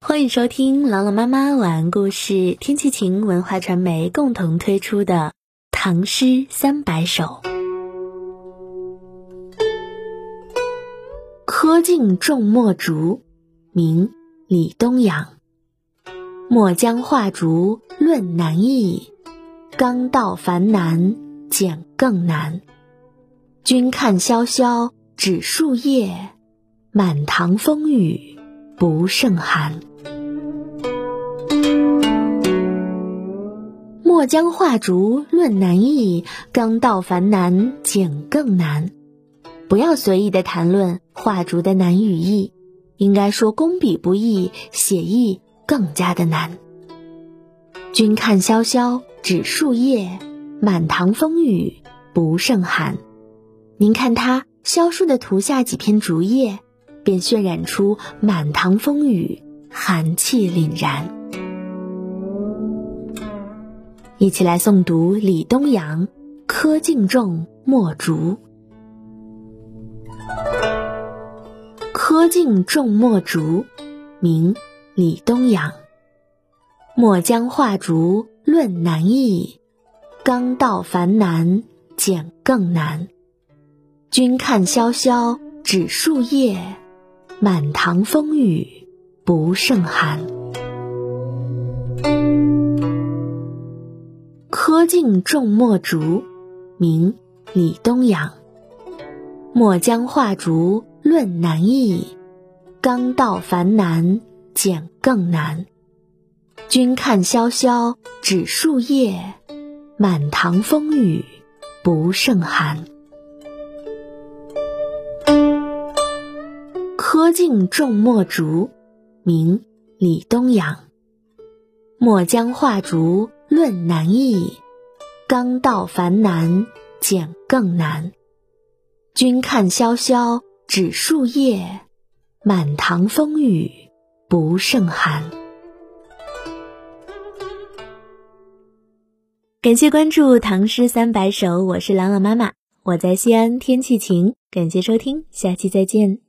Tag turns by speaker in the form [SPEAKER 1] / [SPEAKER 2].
[SPEAKER 1] 欢迎收听朗朗妈妈晚安故事，天气晴文化传媒共同推出的《唐诗300首》。柯敬仲墨竹，明·李东阳。墨江画竹论难易，刚到繁难简更难。君看萧萧指树叶，满堂风雨不胜寒。墨江画竹论难易，刚到繁难简更难。不要随意的谈论画竹的难与易，应该说工笔不易，写意更加的难。君看萧萧指树叶，满堂风雨不胜寒。您看它萧疏的涂下几片竹叶，便渲染出满堂风雨，寒气凛然。一起来诵读李东阳《柯敬仲墨竹》。柯敬仲墨竹，明·李东阳。墨江画竹论难易，刚到繁难简更难。君看萧萧指树叶，满堂风雨不胜寒。柯敬仲墨竹，明·李东阳。墨江画竹论难易，刚到繁难简更难。君看萧萧指树叶，满堂风雨不胜寒。柯敬仲墨竹，明·李东阳。墨江画竹论难易，刚到繁难简更难。君看萧萧指树叶，满堂风雨不胜寒。感谢关注唐诗300首，我是朗朗妈妈，我在西安，天气晴。感谢收听，下期再见。